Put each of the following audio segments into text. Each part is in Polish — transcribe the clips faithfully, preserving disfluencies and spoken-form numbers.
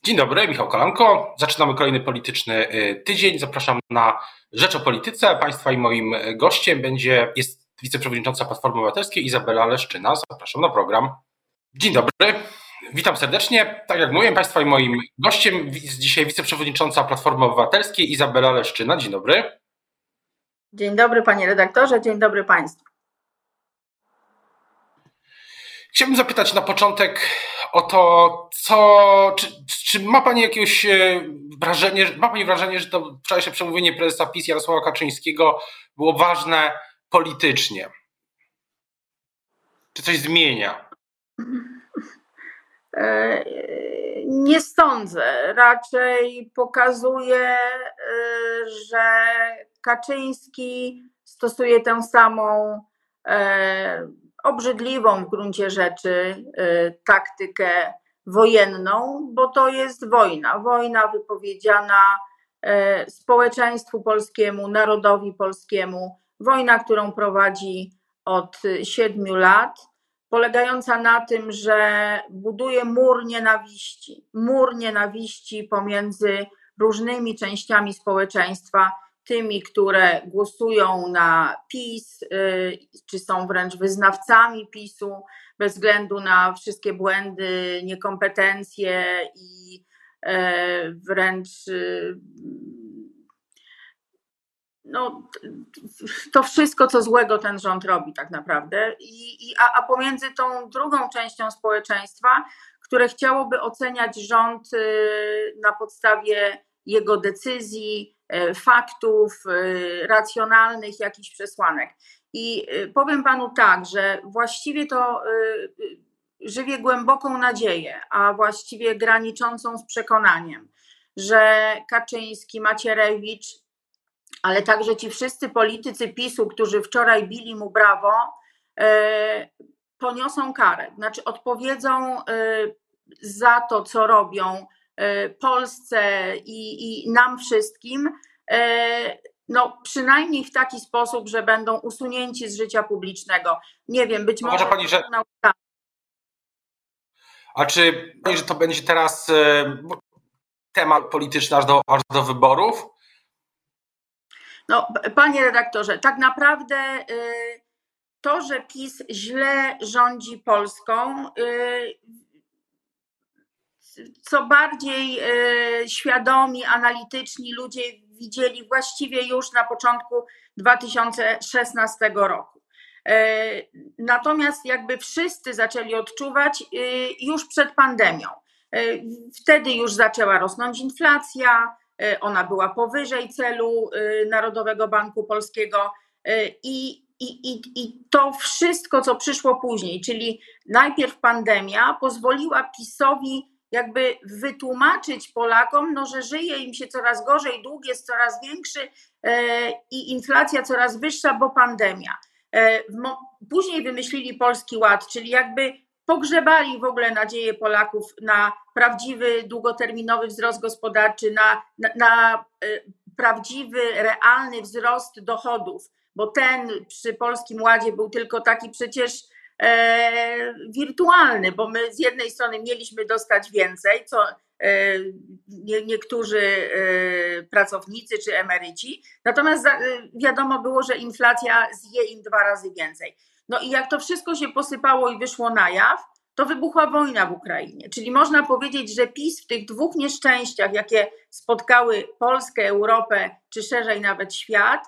Dzień dobry, Michał Kolanko. Zaczynamy kolejny polityczny tydzień. Zapraszam na Rzecz o Polityce. Państwa i moim gościem będzie jest wiceprzewodnicząca Platformy Obywatelskiej Izabela Leszczyna. Zapraszam na program. Dzień dobry, witam serdecznie. Tak jak mówiłem, Państwa i moim gościem jest dzisiaj wiceprzewodnicząca Platformy Obywatelskiej Izabela Leszczyna. Dzień dobry. Dzień dobry, panie redaktorze, dzień dobry państwu. Chciałbym zapytać na początek o to, co, czy, czy ma Pani jakieś wrażenie, ma Pani wrażenie, że to wczorajsze przemówienie prezesa PiS Jarosława Kaczyńskiego było ważne politycznie? Czy coś zmienia? Nie sądzę. Raczej pokazuje, że Kaczyński stosuje tę samą obrzydliwą w gruncie rzeczy taktykę wojenną, bo to jest wojna. Wojna wypowiedziana społeczeństwu polskiemu, narodowi polskiemu. Wojna, którą prowadzi od siedmiu lat, polegająca na tym, że buduje mur nienawiści. Mur nienawiści pomiędzy różnymi częściami społeczeństwa, tymi, które głosują na PiS, czy są wręcz wyznawcami PiSu, bez względu na wszystkie błędy, niekompetencje i wręcz no, to wszystko, co złego ten rząd robi tak naprawdę. I, i, a, a pomiędzy tą drugą częścią społeczeństwa, które chciałoby oceniać rząd na podstawie jego decyzji, faktów, racjonalnych jakichś przesłanek. I powiem panu tak, że właściwie to żywię głęboką nadzieję, a właściwie graniczącą z przekonaniem, że Kaczyński, Macierewicz, ale także ci wszyscy politycy PiSu, którzy wczoraj bili mu brawo, poniosą karę, znaczy odpowiedzą za to, co robią Polsce i, i nam wszystkim, no przynajmniej w taki sposób, że będą usunięci z życia publicznego. Nie wiem, być może... Pani, że... A czy że to będzie teraz temat polityczny aż do, aż do wyborów? No, panie redaktorze, tak naprawdę to, że PiS źle rządzi Polską, co bardziej świadomi, analityczni ludzie widzieli właściwie już na początku dwa tysiące szesnastego roku. Natomiast jakby wszyscy zaczęli odczuwać już przed pandemią. Wtedy już zaczęła rosnąć inflacja, ona była powyżej celu Narodowego Banku Polskiego i, i, i, i to wszystko, co przyszło później, czyli najpierw pandemia, pozwoliła PiS-owi jakby wytłumaczyć Polakom, no, że żyje im się coraz gorzej, dług jest coraz większy i inflacja coraz wyższa, bo pandemia. Później wymyślili Polski Ład, czyli jakby pogrzebali w ogóle nadzieję Polaków na prawdziwy, długoterminowy wzrost gospodarczy, na, na, na prawdziwy, realny wzrost dochodów, bo ten przy Polskim Ładzie był tylko taki przecież e, wirtualny, bo my z jednej strony mieliśmy dostać więcej, co e, nie, niektórzy e, pracownicy czy emeryci, natomiast za, wiadomo było, że inflacja zje im dwa razy więcej. No i jak to wszystko się posypało i wyszło na jaw, to wybuchła wojna w Ukrainie. Czyli można powiedzieć, że PiS w tych dwóch nieszczęściach, jakie spotkały Polskę, Europę, czy szerzej nawet świat,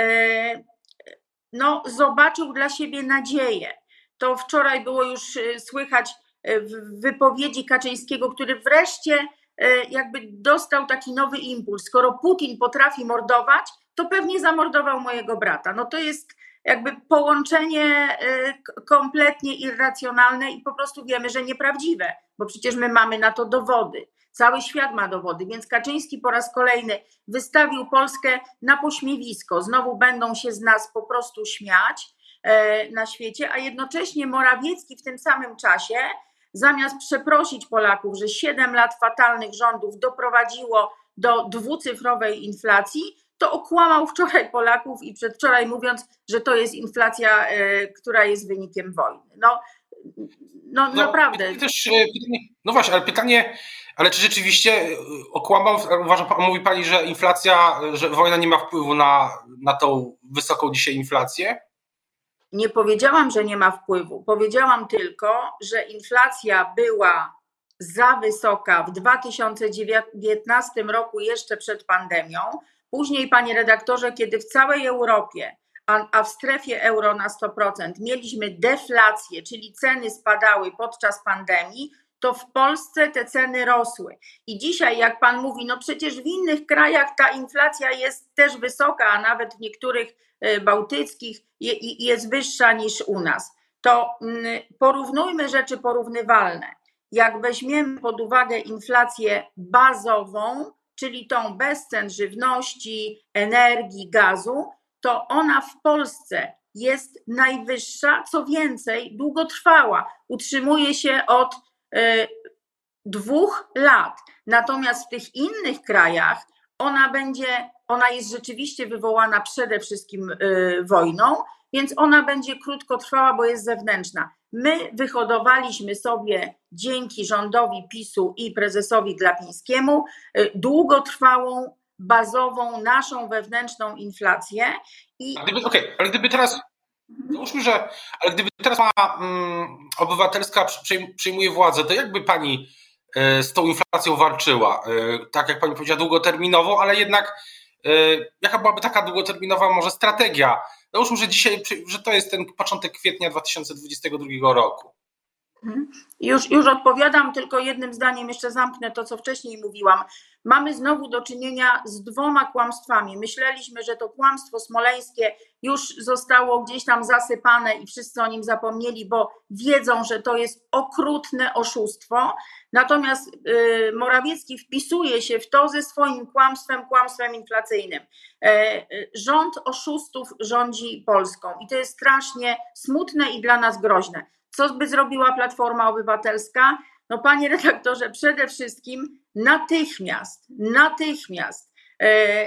no zobaczył dla siebie nadzieję. To wczoraj było już słychać w wypowiedzi Kaczyńskiego, który wreszcie jakby dostał taki nowy impuls. Skoro Putin potrafi mordować, to pewnie zamordował mojego brata. No to jest jakby połączenie kompletnie irracjonalne i po prostu wiemy, że nieprawdziwe, bo przecież my mamy na to dowody. Cały świat ma dowody, więc Kaczyński po raz kolejny wystawił Polskę na pośmiewisko. Znowu będą się z nas po prostu śmiać na świecie, a jednocześnie Morawiecki w tym samym czasie, zamiast przeprosić Polaków, że siedem lat fatalnych rządów doprowadziło do dwucyfrowej inflacji, to okłamał wczoraj Polaków i przedwczoraj mówiąc, że to jest inflacja, która jest wynikiem wojny. No, no, no naprawdę. Też, no właśnie, ale pytanie, Ale czy rzeczywiście okłamał, uważa, mówi pani, że inflacja, że wojna nie ma wpływu na, na tą wysoką dzisiaj inflację? Nie powiedziałam, że nie ma wpływu. Powiedziałam tylko, że inflacja była za wysoka w dwa tysiące dziewiętnastym roku, jeszcze przed pandemią. Później, panie redaktorze, kiedy w całej Europie, a, a w strefie euro na sto procent mieliśmy deflację, czyli ceny spadały podczas pandemii, to w Polsce te ceny rosły. I dzisiaj, jak pan mówi, no przecież w innych krajach ta inflacja jest też wysoka, a nawet w niektórych bałtyckich jest wyższa niż u nas. To porównujmy rzeczy porównywalne. Jak weźmiemy pod uwagę inflację bazową, czyli tą bez cen żywności, energii, gazu, to ona w Polsce jest najwyższa, co więcej, długotrwała. Utrzymuje się od dwóch lat. Natomiast w tych innych krajach ona będzie, ona jest rzeczywiście wywołana przede wszystkim wojną, więc ona będzie krótko trwała, bo jest zewnętrzna. My wyhodowaliśmy sobie dzięki rządowi PiSu i prezesowi Glapińskiemu długotrwałą, bazową, naszą wewnętrzną inflację. I... Okej, okay, ale gdyby teraz, załóżmy, że, ale gdyby teraz ma um, obywatelska przejmuje władzę, to jakby pani z tą inflacją walczyła? Tak jak pani powiedziała, długoterminowo, ale jednak jaka byłaby taka długoterminowa może strategia? Załóżmy, że dzisiaj, że to jest ten początek kwietnia dwa tysiące dwudziestego drugiego roku. Już, już odpowiadam, tylko jednym zdaniem jeszcze zamknę to, co wcześniej mówiłam. Mamy znowu do czynienia z dwoma kłamstwami. Myśleliśmy, że to kłamstwo smoleńskie już zostało gdzieś tam zasypane i wszyscy o nim zapomnieli, bo wiedzą, że to jest okrutne oszustwo. Natomiast yy, Morawiecki wpisuje się w to ze swoim kłamstwem, kłamstwem inflacyjnym. Yy, rząd oszustów rządzi Polską i to jest strasznie smutne i dla nas groźne. Co by zrobiła Platforma Obywatelska? No panie redaktorze, przede wszystkim natychmiast, natychmiast e, e,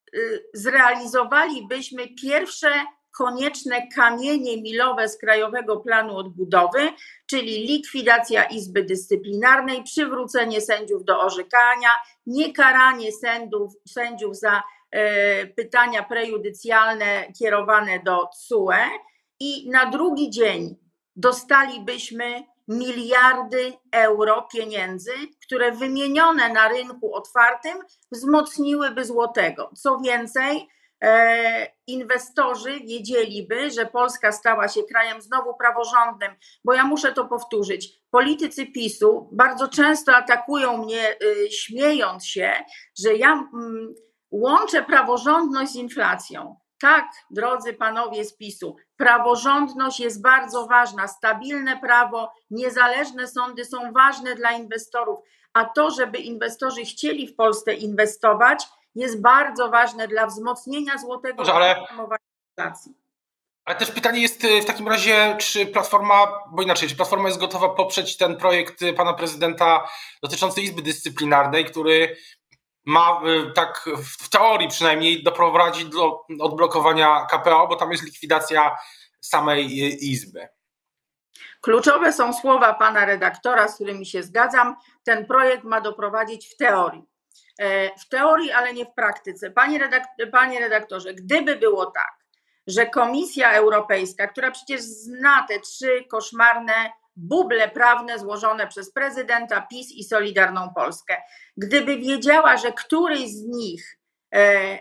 zrealizowalibyśmy pierwsze konieczne kamienie milowe z Krajowego Planu Odbudowy, czyli likwidacja Izby Dyscyplinarnej, przywrócenie sędziów do orzekania, niekaranie sędziów, sędziów za e, pytania prejudycjalne kierowane do T S U E i na drugi dzień dostalibyśmy miliardy euro pieniędzy, które wymienione na rynku otwartym wzmocniłyby złotego. Co więcej, e, inwestorzy wiedzieliby, że Polska stała się krajem znowu praworządnym, bo ja muszę to powtórzyć. Politycy PiSu bardzo często atakują mnie, y, śmiejąc się, że ja mm, łączę praworządność z inflacją. Tak, drodzy panowie z PiSu, praworządność jest bardzo ważna, stabilne prawo, niezależne sądy są ważne dla inwestorów, a to, żeby inwestorzy chcieli w Polsce inwestować, jest bardzo ważne dla wzmocnienia złotego i hamowania inflacji. Ale też pytanie jest w takim razie, czy Platforma, bo inaczej, czy Platforma jest gotowa poprzeć ten projekt pana prezydenta dotyczący Izby Dyscyplinarnej, który ma tak w teorii przynajmniej doprowadzić do odblokowania K P O, bo tam jest likwidacja samej Izby. Kluczowe są słowa pana redaktora, z którymi się zgadzam. Ten projekt ma doprowadzić w teorii. W teorii, ale nie w praktyce. Panie, redaktor, panie redaktorze, gdyby było tak, że Komisja Europejska, która przecież zna te trzy koszmarne buble prawne złożone przez prezydenta, PiS i Solidarną Polskę, gdyby wiedziała, że któryś z nich e,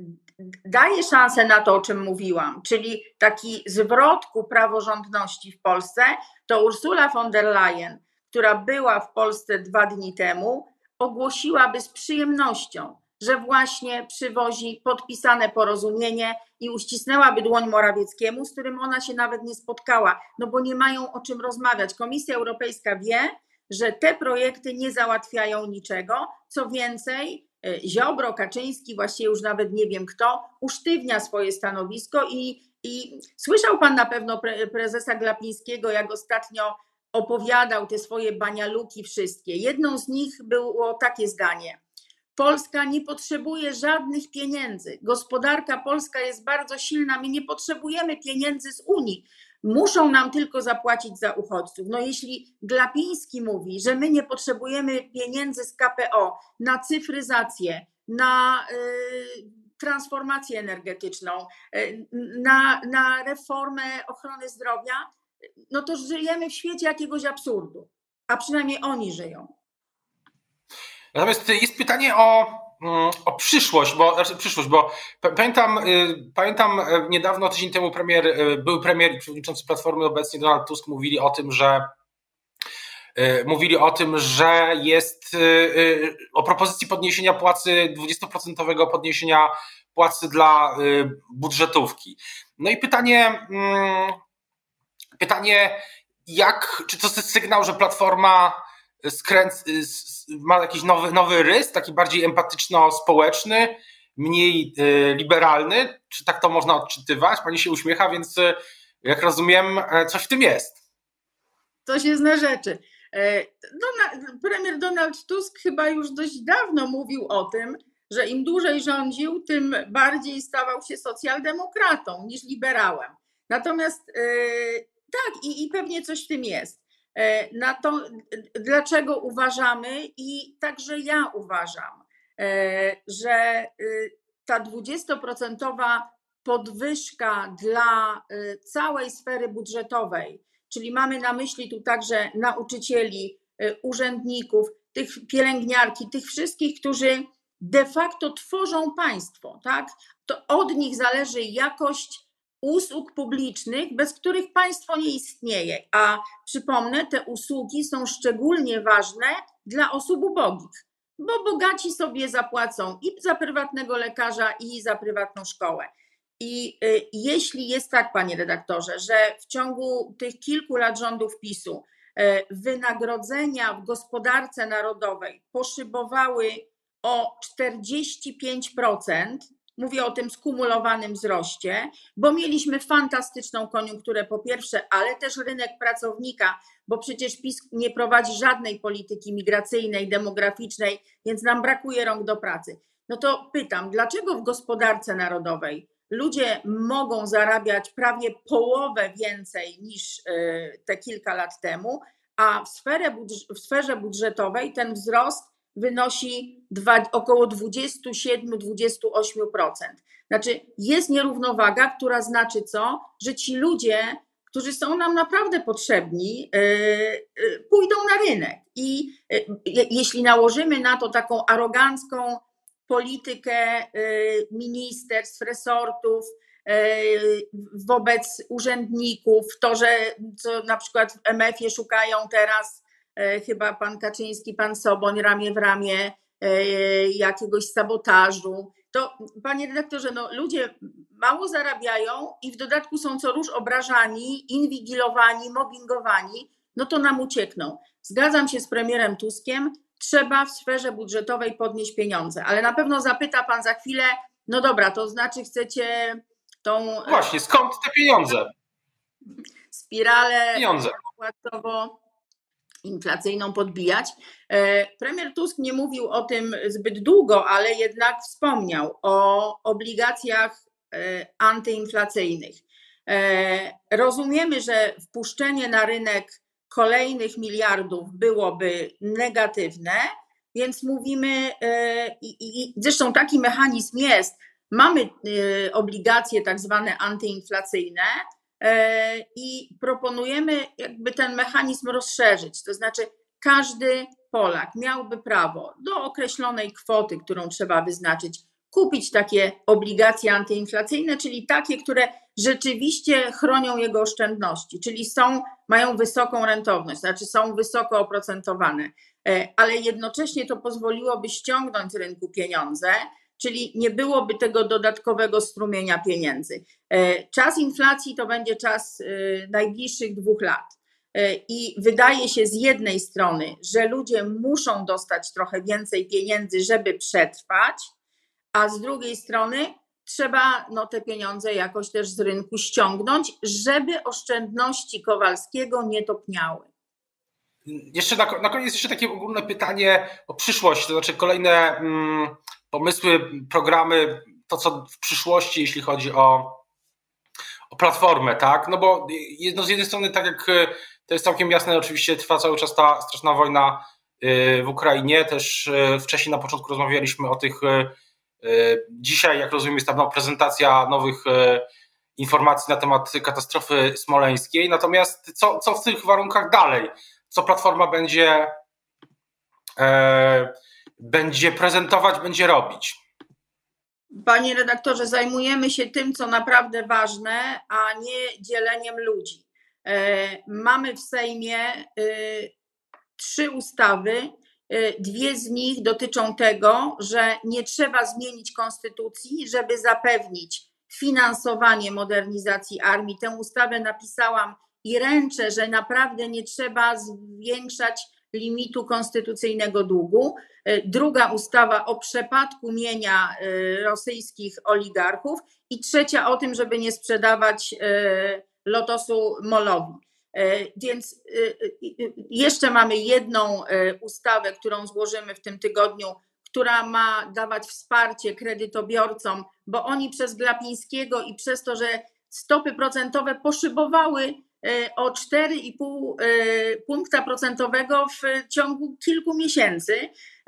daje szansę na to, o czym mówiłam, czyli taki zwrot ku praworządności w Polsce, to Ursula von der Leyen, która była w Polsce dwa dni temu, ogłosiłaby z przyjemnością, że właśnie przywozi podpisane porozumienie i uścisnęłaby dłoń Morawieckiemu, z którym ona się nawet nie spotkała, no bo nie mają o czym rozmawiać. Komisja Europejska wie, że te projekty nie załatwiają niczego, co więcej, Ziobro, Kaczyński, właściwie już nawet nie wiem kto, usztywnia swoje stanowisko i, i słyszał pan na pewno pre, prezesa Glapińskiego, jak ostatnio opowiadał te swoje banialuki wszystkie. Jedną z nich było takie zdanie: Polska nie potrzebuje żadnych pieniędzy. Gospodarka polska jest bardzo silna. My nie potrzebujemy pieniędzy z Unii. Muszą nam tylko zapłacić za uchodźców. No jeśli Glapiński mówi, że my nie potrzebujemy pieniędzy z K P O na cyfryzację, na y, transformację energetyczną, y, na, na reformę ochrony zdrowia, no to żyjemy w świecie jakiegoś absurdu, a przynajmniej oni żyją. Natomiast jest pytanie o, o przyszłość, bo, znaczy przyszłość, bo pamiętam, pamiętam niedawno, tydzień temu premier, był premier i przewodniczący Platformy obecnie Donald Tusk mówili o tym, że mówili o tym, że jest o propozycji podniesienia płacy, dwudziestoprocentowego podniesienia płacy dla budżetówki. No i pytanie, pytanie jak, czy to jest sygnał, że Platforma skręc, ma jakiś nowy, nowy rys, taki bardziej empatyczno-społeczny, mniej liberalny? Czy tak to można odczytywać? Pani się uśmiecha, więc jak rozumiem, coś w tym jest. Coś jest na rzeczy. Donald, premier Donald Tusk chyba już dość dawno mówił o tym, że im dłużej rządził, tym bardziej stawał się socjaldemokratą niż liberałem. Natomiast tak, i, i pewnie coś w tym jest. Na to, dlaczego uważamy, i także ja uważam, że ta dwudziestoprocentowa podwyżka dla całej sfery budżetowej, czyli mamy na myśli tu także nauczycieli, urzędników, tych pielęgniarki, tych wszystkich, którzy de facto tworzą państwo, tak? To od nich zależy jakość usług publicznych, bez których państwo nie istnieje. A przypomnę, te usługi są szczególnie ważne dla osób ubogich, bo bogaci sobie zapłacą i za prywatnego lekarza, i za prywatną szkołę. I jeśli jest tak, panie redaktorze, że w ciągu tych kilku lat rządów PiSu wynagrodzenia w gospodarce narodowej poszybowały o czterdzieści pięć procent, mówię o tym skumulowanym wzroście, bo mieliśmy fantastyczną koniunkturę po pierwsze, ale też rynek pracownika, bo przecież PiS nie prowadzi żadnej polityki migracyjnej, demograficznej, więc nam brakuje rąk do pracy. No to pytam, dlaczego w gospodarce narodowej ludzie mogą zarabiać prawie połowę więcej niż te kilka lat temu, a w, sferę, w sferze budżetowej ten wzrost wynosi dwa, około dwadzieścia siedem do dwudziestu ośmiu procent. Znaczy jest nierównowaga, która znaczy co? Że ci ludzie, którzy są nam naprawdę potrzebni, pójdą na rynek. I jeśli nałożymy na to taką arogancką politykę ministerstw, resortów wobec urzędników, to, że co na przykład w M F-ie szukają teraz chyba pan Kaczyński, pan Soboń ramię w ramię jakiegoś sabotażu, to panie redaktorze, no ludzie mało zarabiają i w dodatku są co róż obrażani, inwigilowani, mobbingowani, no to nam uciekną. Zgadzam się z premierem Tuskiem, trzeba w sferze budżetowej podnieść pieniądze, ale na pewno zapyta pan za chwilę, no dobra, to znaczy chcecie tą... Właśnie, skąd te pieniądze? Spiralę płacowo-inflacyjną podbijać. Premier Tusk nie mówił o tym zbyt długo, ale jednak wspomniał o obligacjach antyinflacyjnych. Rozumiemy, że wpuszczenie na rynek kolejnych miliardów byłoby negatywne, więc mówimy, i zresztą taki mechanizm jest, mamy obligacje tak zwane antyinflacyjne i proponujemy jakby ten mechanizm rozszerzyć, to znaczy każdy Polak miałby prawo do określonej kwoty, którą trzeba wyznaczyć, kupić takie obligacje antyinflacyjne, czyli takie, które rzeczywiście chronią jego oszczędności, czyli są, mają wysoką rentowność, znaczy są wysoko oprocentowane, ale jednocześnie to pozwoliłoby ściągnąć z rynku pieniądze, czyli nie byłoby tego dodatkowego strumienia pieniędzy. Czas inflacji to będzie czas najbliższych dwóch lat. I wydaje się z jednej strony, że ludzie muszą dostać trochę więcej pieniędzy, żeby przetrwać, a z drugiej strony trzeba no, te pieniądze jakoś też z rynku ściągnąć, żeby oszczędności Kowalskiego nie topniały. Jeszcze na, na koniec jeszcze takie ogólne pytanie o przyszłość, to znaczy kolejne mm, pomysły, programy, to co w przyszłości, jeśli chodzi o, o Platformę, tak? No bo jedno z jednej strony, tak jak to jest całkiem jasne, oczywiście trwa cały czas ta straszna wojna w Ukrainie. Też wcześniej na początku rozmawialiśmy o tych, dzisiaj jak rozumiem jest tam prezentacja nowych informacji na temat katastrofy smoleńskiej. Natomiast co, co w tych warunkach dalej? Co Platforma będzie, e, będzie prezentować, będzie robić? Panie redaktorze, zajmujemy się tym, co naprawdę ważne, a nie dzieleniem ludzi. Mamy w Sejmie trzy ustawy. Dwie z nich dotyczą tego, że nie trzeba zmienić konstytucji, żeby zapewnić finansowanie modernizacji armii. Tę ustawę napisałam i ręczę, że naprawdę nie trzeba zwiększać limitu konstytucyjnego długu. Druga ustawa o przepadku mienia rosyjskich oligarchów i trzecia o tym, żeby nie sprzedawać Lotosu Molowi. Więc jeszcze mamy jedną ustawę, którą złożymy w tym tygodniu, która ma dawać wsparcie kredytobiorcom, bo oni przez Glapińskiego i przez to, że stopy procentowe poszybowały o cztery i pół punkta procentowego w ciągu kilku miesięcy,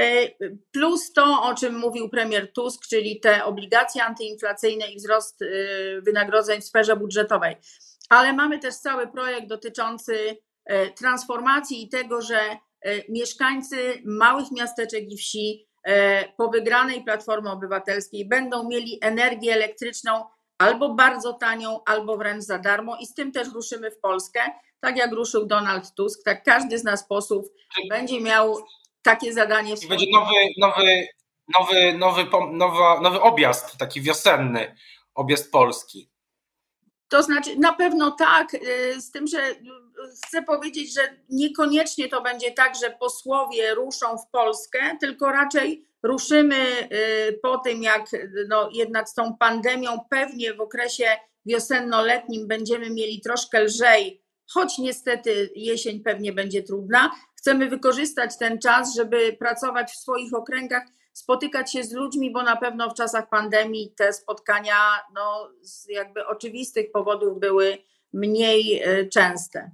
plus to, o czym mówił premier Tusk, czyli te obligacje antyinflacyjne i wzrost wynagrodzeń w sferze budżetowej. Ale mamy też cały projekt dotyczący transformacji i tego, że mieszkańcy małych miasteczek i wsi po wygranej Platformy Obywatelskiej będą mieli energię elektryczną albo bardzo tanią, albo wręcz za darmo i z tym też ruszymy w Polskę, tak jak ruszył Donald Tusk, tak każdy z nas posłów będzie miał takie zadanie. W będzie nowy, nowy, nowy, nowy, nowy, nowy objazd, taki wiosenny objazd Polski. To znaczy na pewno tak, z tym, że chcę powiedzieć, że niekoniecznie to będzie tak, że posłowie ruszą w Polskę, tylko raczej ruszymy po tym, jak no jednak z tą pandemią pewnie w okresie wiosenno-letnim będziemy mieli troszkę lżej, choć niestety jesień pewnie będzie trudna. Chcemy wykorzystać ten czas, żeby pracować w swoich okręgach, spotykać się z ludźmi, bo na pewno w czasach pandemii te spotkania no, z jakby oczywistych powodów były mniej częste.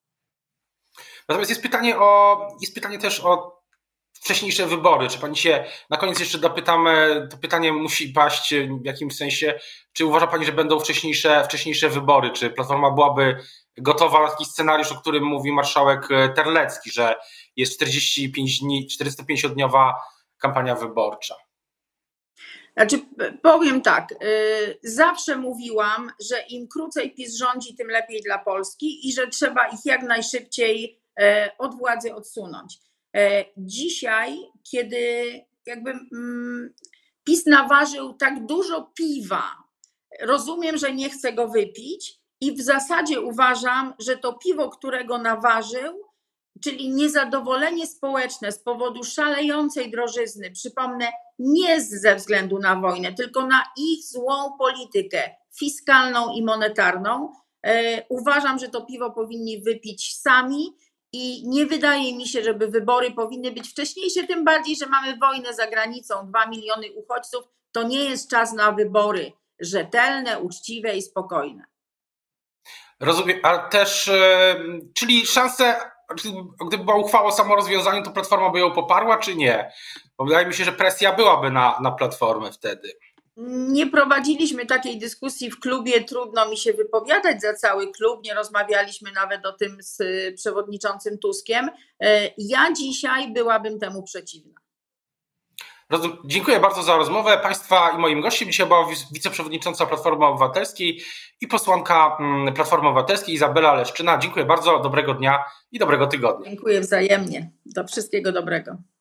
Natomiast jest pytanie o, jest pytanie też o wcześniejsze wybory. Czy pani się na koniec jeszcze dopytamy, to pytanie musi paść w jakimś sensie, czy uważa pani, że będą wcześniejsze, wcześniejsze wybory? Czy Platforma byłaby gotowa na taki scenariusz, o którym mówi marszałek Terlecki, że jest czterdzieści pięć dni, czterystopięćdziesięciodniowa kampania wyborcza? Znaczy, powiem tak, zawsze mówiłam, że im krócej PiS rządzi, tym lepiej dla Polski i że trzeba ich jak najszybciej od władzy odsunąć. Dzisiaj, kiedy jakby PiS naważył tak dużo piwa, rozumiem, że nie chce go wypić i w zasadzie uważam, że to piwo, którego naważył, czyli niezadowolenie społeczne z powodu szalejącej drożyzny, przypomnę, nie ze względu na wojnę, tylko na ich złą politykę fiskalną i monetarną. Uważam, że to piwo powinni wypić sami i nie wydaje mi się, żeby wybory powinny być wcześniejsze, tym bardziej, że mamy wojnę za granicą, dwa miliony uchodźców. To nie jest czas na wybory rzetelne, uczciwe i spokojne. Rozumiem, ale też, czyli szanse, gdyby była uchwała o samorozwiązaniu, to Platforma by ją poparła, czy nie? Bo wydaje mi się, że presja byłaby na, na Platformę wtedy. Nie prowadziliśmy takiej dyskusji w klubie, trudno mi się wypowiadać za cały klub, nie rozmawialiśmy nawet o tym z przewodniczącym Tuskiem. Ja dzisiaj byłabym temu przeciwna. Dziękuję bardzo za rozmowę. Państwa i moim gościem dzisiaj była wiceprzewodnicząca Platformy Obywatelskiej i posłanka Platformy Obywatelskiej Izabela Leszczyna. Dziękuję bardzo, dobrego dnia i dobrego tygodnia. Dziękuję wzajemnie. Do wszystkiego dobrego.